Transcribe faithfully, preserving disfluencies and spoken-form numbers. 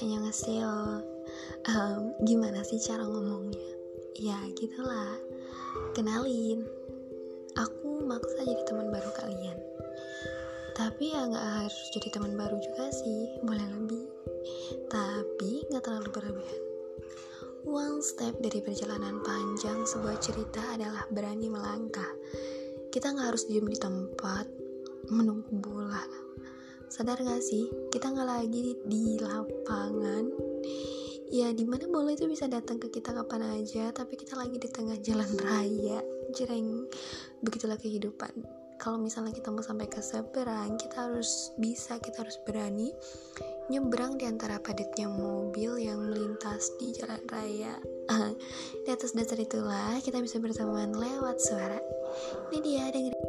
Annyeonghaseyo. um, Gimana sih cara ngomongnya? Ya gitulah. Kenalin, aku maksa jadi teman baru kalian. Tapi ya gak harus jadi teman baru juga sih. Boleh lebih, tapi gak terlalu berlebihan. One step dari perjalanan panjang sebuah cerita adalah berani melangkah. Kita gak harus diem di tempat menunggu bola. Sadar gak sih, kita gak lagi di lapangan, ya dimana bola itu bisa datang ke kita kapan aja, tapi kita lagi di tengah jalan raya. Jreng, begitulah kehidupan. Kalau misalnya kita mau sampai ke seberang, kita harus bisa, kita harus berani nyebrang di antara padatnya mobil yang melintas di jalan raya. Di atas dasar itulah kita bisa berteman lewat suara. Ini dia, dengerin.